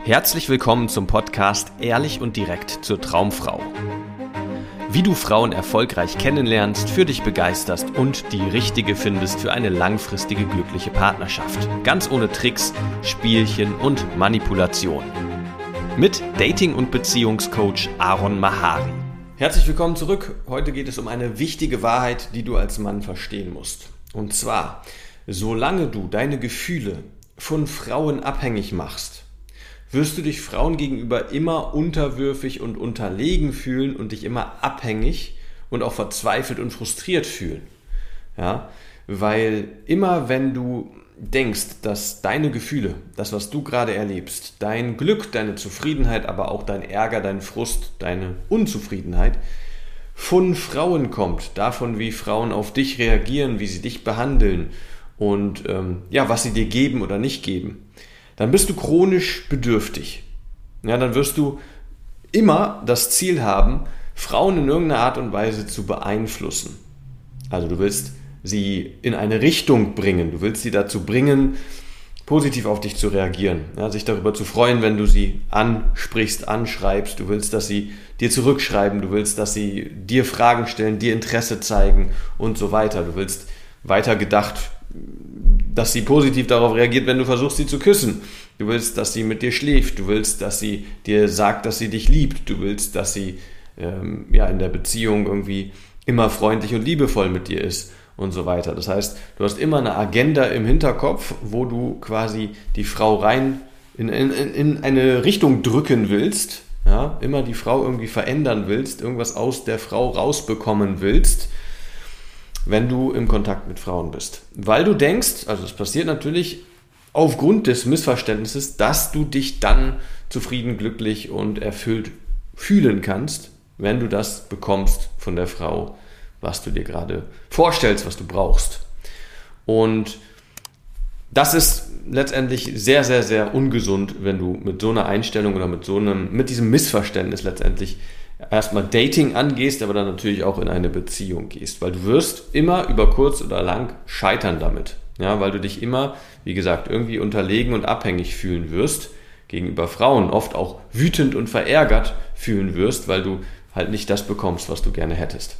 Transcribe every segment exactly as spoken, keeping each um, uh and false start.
Herzlich willkommen zum Podcast Ehrlich und direkt zur Traumfrau. Wie du Frauen erfolgreich kennenlernst, für dich begeisterst und die richtige findest für eine langfristige glückliche Partnerschaft. Ganz ohne Tricks, Spielchen und Manipulation. Mit Dating- und Beziehungscoach Aaron Mahari. Herzlich willkommen zurück. Heute geht es um eine wichtige Wahrheit, die du als Mann verstehen musst. Und zwar, solange du deine Gefühle von Frauen abhängig machst, wirst du dich Frauen gegenüber immer unterwürfig und unterlegen fühlen und dich immer abhängig und auch verzweifelt und frustriert fühlen. Ja? Weil immer wenn du denkst, dass deine Gefühle, das was du gerade erlebst, dein Glück, deine Zufriedenheit, aber auch dein Ärger, dein Frust, deine Unzufriedenheit von Frauen kommt, davon wie Frauen auf dich reagieren, wie sie dich behandeln und ähm, ja, was sie dir geben oder nicht geben, dann bist du chronisch bedürftig. Ja, dann wirst du immer das Ziel haben, Frauen in irgendeiner Art und Weise zu beeinflussen. Also du willst sie in eine Richtung bringen, du willst sie dazu bringen, positiv auf dich zu reagieren, ja, sich darüber zu freuen, wenn du sie ansprichst, anschreibst, du willst, dass sie dir zurückschreiben, du willst, dass sie dir Fragen stellen, dir Interesse zeigen und so weiter. Du willst weiter gedacht, dass sie positiv darauf reagiert, wenn du versuchst, sie zu küssen. Du willst, dass sie mit dir schläft. Du willst, dass sie dir sagt, dass sie dich liebt. Du willst, dass sie ähm, ja, in der Beziehung irgendwie immer freundlich und liebevoll mit dir ist und so weiter. Das heißt, du hast immer eine Agenda im Hinterkopf, wo du quasi die Frau rein in, in, in eine Richtung drücken willst, ja, immer die Frau irgendwie verändern willst, irgendwas aus der Frau rausbekommen willst, wenn du im Kontakt mit Frauen bist. Weil du denkst, also es passiert natürlich aufgrund des Missverständnisses, dass du dich dann zufrieden, glücklich und erfüllt fühlen kannst, wenn du das bekommst von der Frau, was du dir gerade vorstellst, was du brauchst. Und das ist letztendlich sehr, sehr, sehr ungesund, wenn du mit so einer Einstellung oder mit so einem, mit diesem Missverständnis letztendlich erstmal Dating angehst, aber dann natürlich auch in eine Beziehung gehst, weil du wirst immer über kurz oder lang scheitern damit, ja, weil du dich immer, wie gesagt, irgendwie unterlegen und abhängig fühlen wirst gegenüber Frauen, oft auch wütend und verärgert fühlen wirst, weil du halt nicht das bekommst, was du gerne hättest.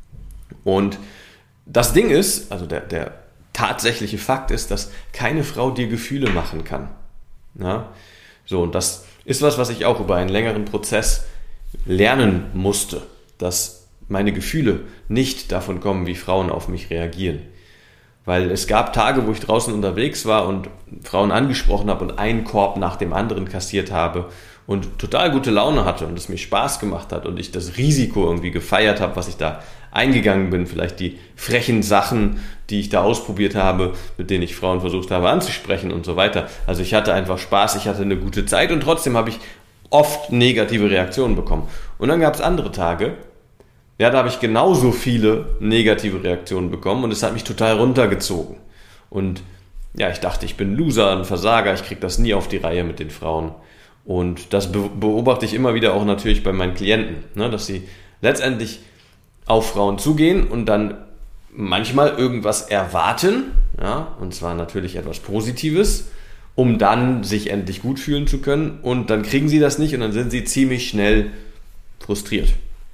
Und das Ding ist, also der, der tatsächliche Fakt ist, dass keine Frau dir Gefühle machen kann. Ja? So, und das ist was, was ich auch über einen längeren Prozess lernen musste, dass meine Gefühle nicht davon kommen, wie Frauen auf mich reagieren. Weil es gab Tage, wo ich draußen unterwegs war und Frauen angesprochen habe und einen Korb nach dem anderen kassiert habe und total gute Laune hatte und es mir Spaß gemacht hat und ich das Risiko irgendwie gefeiert habe, was ich da eingegangen bin, vielleicht die frechen Sachen, die ich da ausprobiert habe, mit denen ich Frauen versucht habe anzusprechen und so weiter. Also ich hatte einfach Spaß, ich hatte eine gute Zeit und trotzdem habe ich oft negative Reaktionen bekommen. Und dann gab es andere Tage, ja, da habe ich genauso viele negative Reaktionen bekommen und es hat mich total runtergezogen. Und ja, ich dachte, ich bin ein Loser, ein Versager, ich kriege das nie auf die Reihe mit den Frauen. Und das beobachte ich immer wieder auch natürlich bei meinen Klienten, ne, dass sie letztendlich auf Frauen zugehen und dann manchmal irgendwas erwarten, ja, und zwar natürlich etwas Positives, um dann sich endlich gut fühlen zu können und dann kriegen sie das nicht und dann sind sie ziemlich schnell frustriert.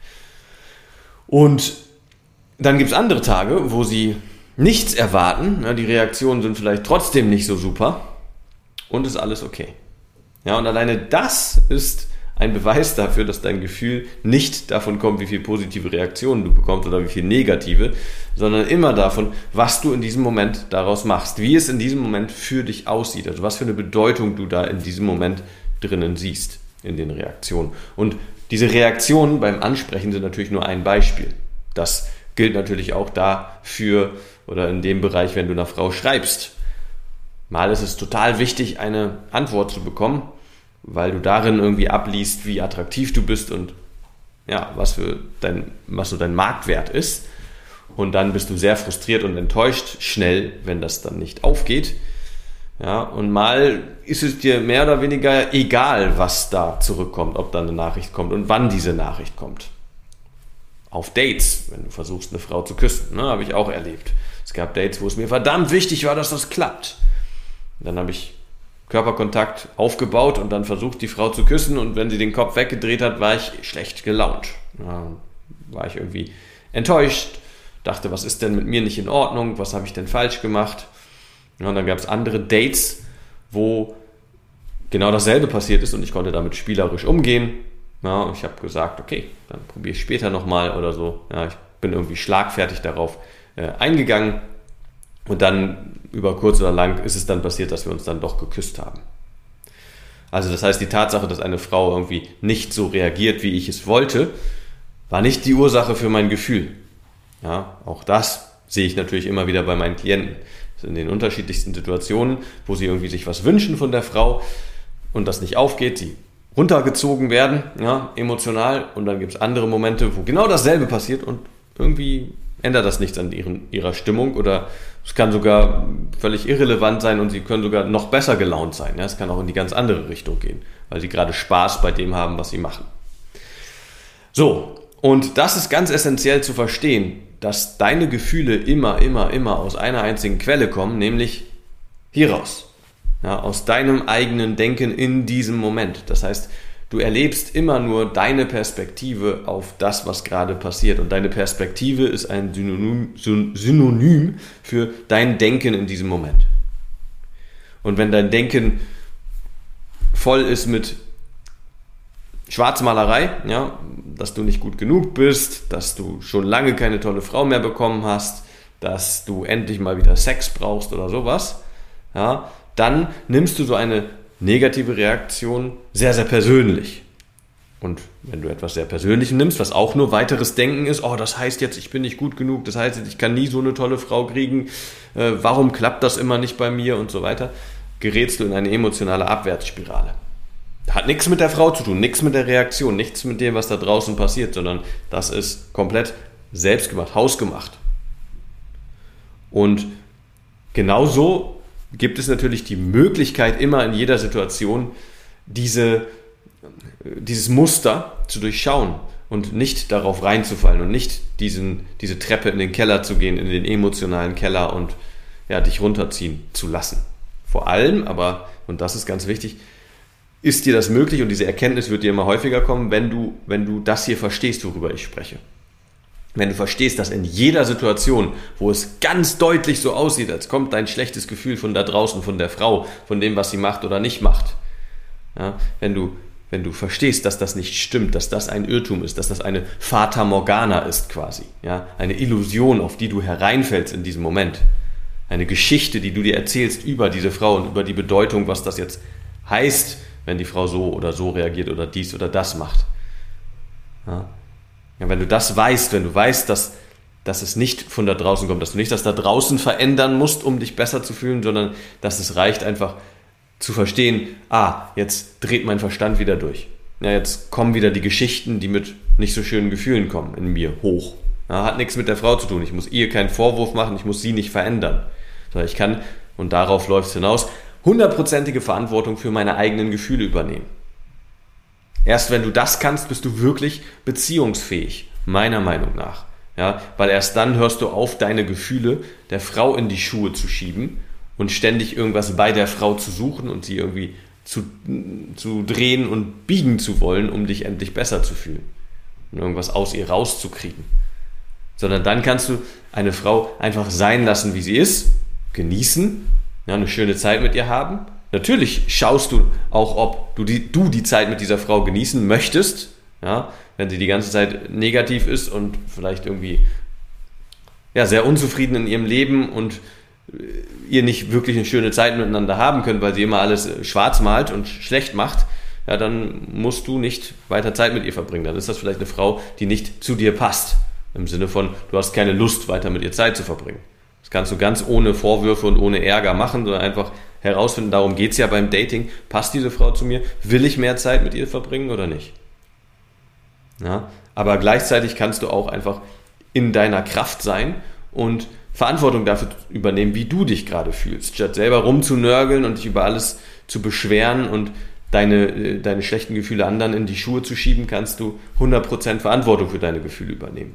Und dann gibt es andere Tage, wo sie nichts erwarten, ja, die Reaktionen sind vielleicht trotzdem nicht so super und ist alles okay. Ja, und alleine das ist ein Beweis dafür, dass dein Gefühl nicht davon kommt, wie viele positive Reaktionen du bekommst oder wie viele negative, sondern immer davon, was du in diesem Moment daraus machst, wie es in diesem Moment für dich aussieht, also was für eine Bedeutung du da in diesem Moment drinnen siehst, in den Reaktionen. Und diese Reaktionen beim Ansprechen sind natürlich nur ein Beispiel. Das gilt natürlich auch dafür oder in dem Bereich, wenn du einer Frau schreibst. Mal ist es total wichtig, eine Antwort zu bekommen, weil du darin irgendwie abliest, wie attraktiv du bist und ja, was für dein, was so dein Marktwert ist. Und dann bist du sehr frustriert und enttäuscht schnell, wenn das dann nicht aufgeht. Ja, und mal ist es dir mehr oder weniger egal, was da zurückkommt, ob da eine Nachricht kommt und wann diese Nachricht kommt. Auf Dates, wenn du versuchst, eine Frau zu küssen, ne, habe ich auch erlebt. Es gab Dates, wo es mir verdammt wichtig war, dass das klappt. Und dann habe ich Körperkontakt aufgebaut und dann versucht, die Frau zu küssen, und wenn sie den Kopf weggedreht hat, war ich schlecht gelaunt. Ja, war ich irgendwie enttäuscht, dachte, was ist denn mit mir nicht in Ordnung, was habe ich denn falsch gemacht? Ja, und dann gab es andere Dates, wo genau dasselbe passiert ist und ich konnte damit spielerisch umgehen. Ja, und ich habe gesagt, okay, dann probiere ich später nochmal oder so. Ja, ich bin irgendwie schlagfertig darauf äh, eingegangen, und dann über kurz oder lang ist es dann passiert, dass wir uns dann doch geküsst haben. Also das heißt, die Tatsache, dass eine Frau irgendwie nicht so reagiert, wie ich es wollte, war nicht die Ursache für mein Gefühl. Ja, auch das sehe ich natürlich immer wieder bei meinen Klienten. In den unterschiedlichsten Situationen, wo sie irgendwie sich was wünschen von der Frau und das nicht aufgeht, sie runtergezogen werden, ja, emotional, und dann gibt es andere Momente, wo genau dasselbe passiert und irgendwie ändert das nichts an ihren, ihrer Stimmung, oder es kann sogar völlig irrelevant sein und sie können sogar noch besser gelaunt sein. Ja, es kann auch in die ganz andere Richtung gehen, weil sie gerade Spaß bei dem haben, was sie machen. So, und das ist ganz essentiell zu verstehen, dass deine Gefühle immer, immer, immer aus einer einzigen Quelle kommen, nämlich hier raus. Ja, aus deinem eigenen Denken in diesem Moment. Das heißt, du erlebst immer nur deine Perspektive auf das, was gerade passiert. Und deine Perspektive ist ein Synonym, Synonym für dein Denken in diesem Moment. Und wenn dein Denken voll ist mit Schwarzmalerei, ja, dass du nicht gut genug bist, dass du schon lange keine tolle Frau mehr bekommen hast, dass du endlich mal wieder Sex brauchst oder sowas, ja, dann nimmst du so eine negative Reaktion sehr, sehr persönlich. Und wenn du etwas sehr Persönliches nimmst, was auch nur weiteres Denken ist, oh, das heißt jetzt, ich bin nicht gut genug, das heißt jetzt, ich kann nie so eine tolle Frau kriegen, äh, warum klappt das immer nicht bei mir und so weiter, gerätst du in eine emotionale Abwärtsspirale. Hat nichts mit der Frau zu tun, nichts mit der Reaktion, nichts mit dem, was da draußen passiert, sondern das ist komplett selbstgemacht, hausgemacht. Und genauso gibt es natürlich die Möglichkeit, immer in jeder Situation diese, dieses Muster zu durchschauen und nicht darauf reinzufallen und nicht diesen, diese Treppe in den Keller zu gehen, in den emotionalen Keller und ja, dich runterziehen zu lassen. Vor allem, aber, und das ist ganz wichtig, ist dir das möglich, und diese Erkenntnis wird dir immer häufiger kommen, wenn du, wenn du das hier verstehst, worüber ich spreche. Wenn du verstehst, dass in jeder Situation, wo es ganz deutlich so aussieht, als kommt dein schlechtes Gefühl von da draußen, von der Frau, von dem, was sie macht oder nicht macht, ja, wenn du, wenn du verstehst, dass das nicht stimmt, dass das ein Irrtum ist, dass das eine Fata Morgana ist quasi, ja, eine Illusion, auf die du hereinfällst in diesem Moment, eine Geschichte, die du dir erzählst über diese Frau und über die Bedeutung, was das jetzt heißt, wenn die Frau so oder so reagiert oder dies oder das macht. Ja. Ja, wenn du das weißt, wenn du weißt, dass, dass es nicht von da draußen kommt, dass du nicht das da draußen verändern musst, um dich besser zu fühlen, sondern dass es reicht einfach zu verstehen, ah, jetzt dreht mein Verstand wieder durch. Ja, jetzt kommen wieder die Geschichten, die mit nicht so schönen Gefühlen kommen, in mir hoch. Ja, hat nichts mit der Frau zu tun. Ich muss ihr keinen Vorwurf machen, ich muss sie nicht verändern. Sondern ich kann, und darauf läuft es hinaus, hundertprozentige Verantwortung für meine eigenen Gefühle übernehmen. Erst wenn du das kannst, bist du wirklich beziehungsfähig, meiner Meinung nach. Ja, weil erst dann hörst du auf, deine Gefühle der Frau in die Schuhe zu schieben und ständig irgendwas bei der Frau zu suchen und sie irgendwie zu, zu drehen und biegen zu wollen, um dich endlich besser zu fühlen und irgendwas aus ihr rauszukriegen. Sondern dann kannst du eine Frau einfach sein lassen, wie sie ist, genießen, ja, eine schöne Zeit mit ihr haben. Natürlich schaust du auch, ob du die, du die Zeit mit dieser Frau genießen möchtest, ja, wenn sie die ganze Zeit negativ ist und vielleicht irgendwie ja, sehr unzufrieden in ihrem Leben und ihr nicht wirklich eine schöne Zeit miteinander haben könnt, weil sie immer alles schwarz malt und schlecht macht, ja, dann musst du nicht weiter Zeit mit ihr verbringen. Dann ist das vielleicht eine Frau, die nicht zu dir passt. Im Sinne von, du hast keine Lust, weiter mit ihr Zeit zu verbringen. Das kannst du ganz ohne Vorwürfe und ohne Ärger machen, sondern einfach herausfinden, darum geht es ja beim Dating. Passt diese Frau zu mir? Will ich mehr Zeit mit ihr verbringen oder nicht? Ja, aber gleichzeitig kannst du auch einfach in deiner Kraft sein und Verantwortung dafür übernehmen, wie du dich gerade fühlst. Statt selber rumzunörgeln und dich über alles zu beschweren und deine, deine schlechten Gefühle anderen in die Schuhe zu schieben, kannst du hundert Prozent Verantwortung für deine Gefühle übernehmen.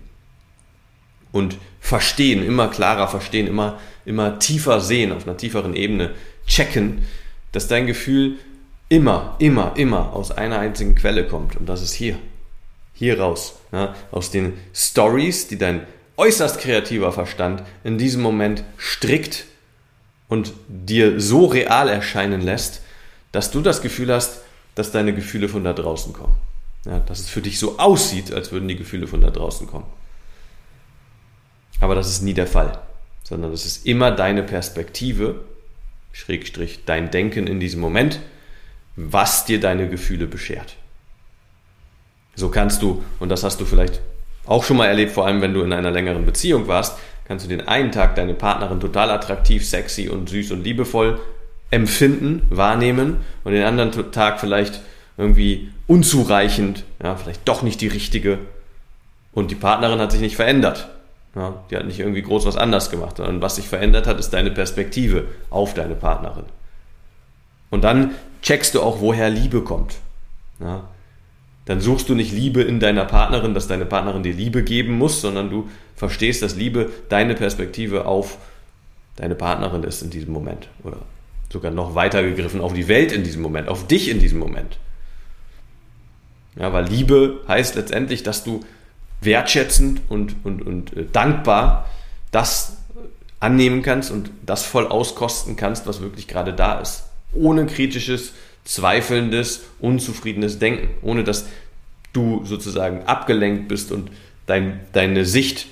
Und verstehen, immer klarer verstehen, immer, immer tiefer sehen, auf einer tieferen Ebene checken, dass dein Gefühl immer, immer, immer aus einer einzigen Quelle kommt. Und das ist hier. Hier raus. Ja, aus den Stories, die dein äußerst kreativer Verstand in diesem Moment strickt und dir so real erscheinen lässt, dass du das Gefühl hast, dass deine Gefühle von da draußen kommen. Ja, dass es für dich so aussieht, als würden die Gefühle von da draußen kommen. Aber das ist nie der Fall, sondern es ist immer deine Perspektive, Schrägstrich dein Denken in diesem Moment, was dir deine Gefühle beschert. So kannst du, und das hast du vielleicht auch schon mal erlebt, vor allem wenn du in einer längeren Beziehung warst, kannst du den einen Tag deine Partnerin total attraktiv, sexy und süß und liebevoll empfinden, wahrnehmen und den anderen Tag vielleicht irgendwie unzureichend, ja, vielleicht doch nicht die richtige, und die Partnerin hat sich nicht verändert. Ja, die hat nicht irgendwie groß was anders gemacht, sondern was sich verändert hat, ist deine Perspektive auf deine Partnerin. Und dann checkst du auch, woher Liebe kommt. Ja, dann suchst du nicht Liebe in deiner Partnerin, dass deine Partnerin dir Liebe geben muss, sondern du verstehst, dass Liebe deine Perspektive auf deine Partnerin ist in diesem Moment. Oder sogar noch weiter gegriffen auf die Welt in diesem Moment, auf dich in diesem Moment. Ja, weil Liebe heißt letztendlich, dass du wertschätzend und, und, und äh, dankbar das annehmen kannst und das voll auskosten kannst, was wirklich gerade da ist. Ohne kritisches, zweifelndes, unzufriedenes Denken. Ohne dass du sozusagen abgelenkt bist und dein, deine Sicht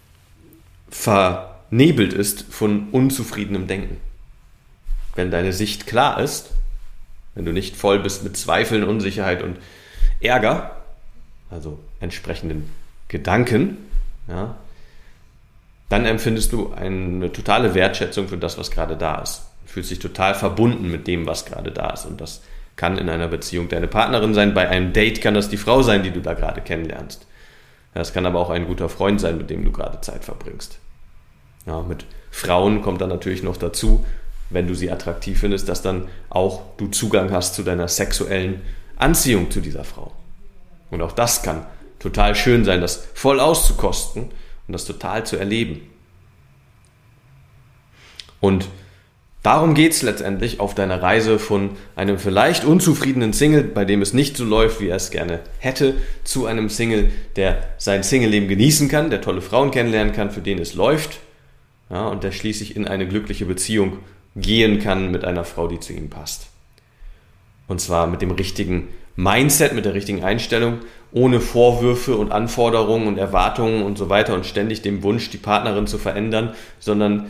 vernebelt ist von unzufriedenem Denken. Wenn deine Sicht klar ist, wenn du nicht voll bist mit Zweifeln, Unsicherheit und Ärger, also entsprechenden Gedanken, ja, dann empfindest du eine totale Wertschätzung für das, was gerade da ist. Du fühlst dich total verbunden mit dem, was gerade da ist. Und das kann in einer Beziehung deine Partnerin sein, bei einem Date kann das die Frau sein, die du da gerade kennenlernst. Das kann aber auch ein guter Freund sein, mit dem du gerade Zeit verbringst. Ja, mit Frauen kommt dann natürlich noch dazu, wenn du sie attraktiv findest, dass dann auch du Zugang hast zu deiner sexuellen Anziehung zu dieser Frau. Und auch das kann total schön sein, das voll auszukosten und das total zu erleben. Und darum geht es letztendlich auf deiner Reise von einem vielleicht unzufriedenen Single, bei dem es nicht so läuft, wie er es gerne hätte, zu einem Single, der sein Single-Leben genießen kann, der tolle Frauen kennenlernen kann, für den es läuft, ja, und der schließlich in eine glückliche Beziehung gehen kann mit einer Frau, die zu ihm passt. Und zwar mit dem richtigen Mindset, mit der richtigen Einstellung, ohne Vorwürfe und Anforderungen und Erwartungen und so weiter und ständig dem Wunsch, die Partnerin zu verändern, sondern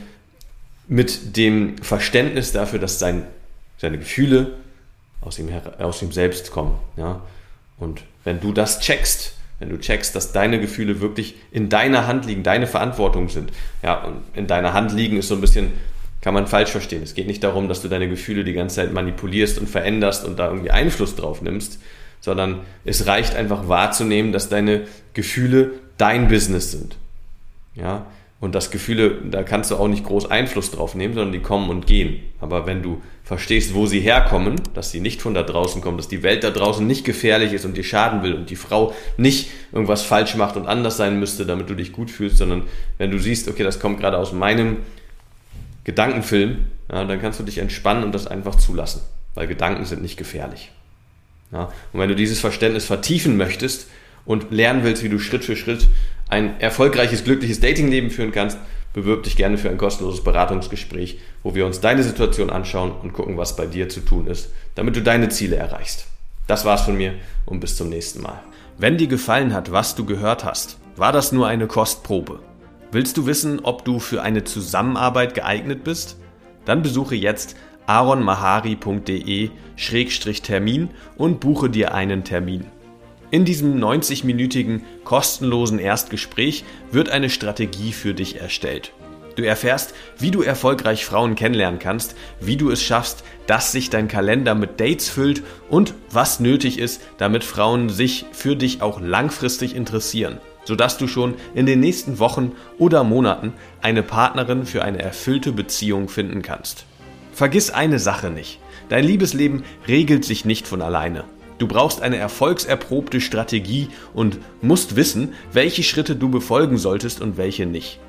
mit dem Verständnis dafür, dass sein, seine Gefühle aus ihm, aus ihm selbst kommen. Ja? Und wenn du das checkst, wenn du checkst, dass deine Gefühle wirklich in deiner Hand liegen, deine Verantwortung sind, ja, und in deiner Hand liegen ist so ein bisschen, kann man falsch verstehen. Es geht nicht darum, dass du deine Gefühle die ganze Zeit manipulierst und veränderst und da irgendwie Einfluss drauf nimmst, sondern es reicht einfach wahrzunehmen, dass deine Gefühle dein Business sind. Ja? Und das Gefühle, da kannst du auch nicht groß Einfluss drauf nehmen, sondern die kommen und gehen. Aber wenn du verstehst, wo sie herkommen, dass sie nicht von da draußen kommen, dass die Welt da draußen nicht gefährlich ist und dir schaden will und die Frau nicht irgendwas falsch macht und anders sein müsste, damit du dich gut fühlst, sondern wenn du siehst, okay, das kommt gerade aus meinem Gedankenfilm, ja, dann kannst du dich entspannen und das einfach zulassen, weil Gedanken sind nicht gefährlich. Ja, und wenn du dieses Verständnis vertiefen möchtest und lernen willst, wie du Schritt für Schritt ein erfolgreiches, glückliches Datingleben führen kannst, bewirb dich gerne für ein kostenloses Beratungsgespräch, wo wir uns deine Situation anschauen und gucken, was bei dir zu tun ist, damit du deine Ziele erreichst. Das war's von mir und bis zum nächsten Mal. Wenn dir gefallen hat, was du gehört hast, war das nur eine Kostprobe. Willst du wissen, ob du für eine Zusammenarbeit geeignet bist? Dann besuche jetzt aronmahari punkt de Schrägstrich Termin und buche dir einen Termin. In diesem neunzig-minütigen kostenlosen Erstgespräch wird eine Strategie für dich erstellt. Du erfährst, wie du erfolgreich Frauen kennenlernen kannst, wie du es schaffst, dass sich dein Kalender mit Dates füllt und was nötig ist, damit Frauen sich für dich auch langfristig interessieren, sodass du schon in den nächsten Wochen oder Monaten eine Partnerin für eine erfüllte Beziehung finden kannst. Vergiss eine Sache nicht: Dein Liebesleben regelt sich nicht von alleine. Du brauchst eine erfolgserprobte Strategie und musst wissen, welche Schritte du befolgen solltest und welche nicht.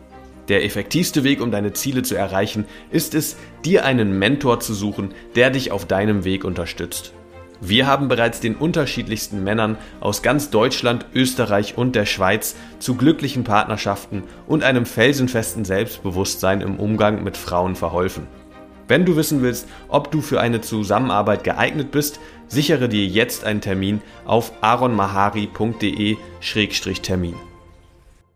Der effektivste Weg, um deine Ziele zu erreichen, ist es, dir einen Mentor zu suchen, der dich auf deinem Weg unterstützt. Wir haben bereits den unterschiedlichsten Männern aus ganz Deutschland, Österreich und der Schweiz zu glücklichen Partnerschaften und einem felsenfesten Selbstbewusstsein im Umgang mit Frauen verholfen. Wenn du wissen willst, ob du für eine Zusammenarbeit geeignet bist, sichere dir jetzt einen Termin auf aaron mahari punkt de Schrägstrich Termin.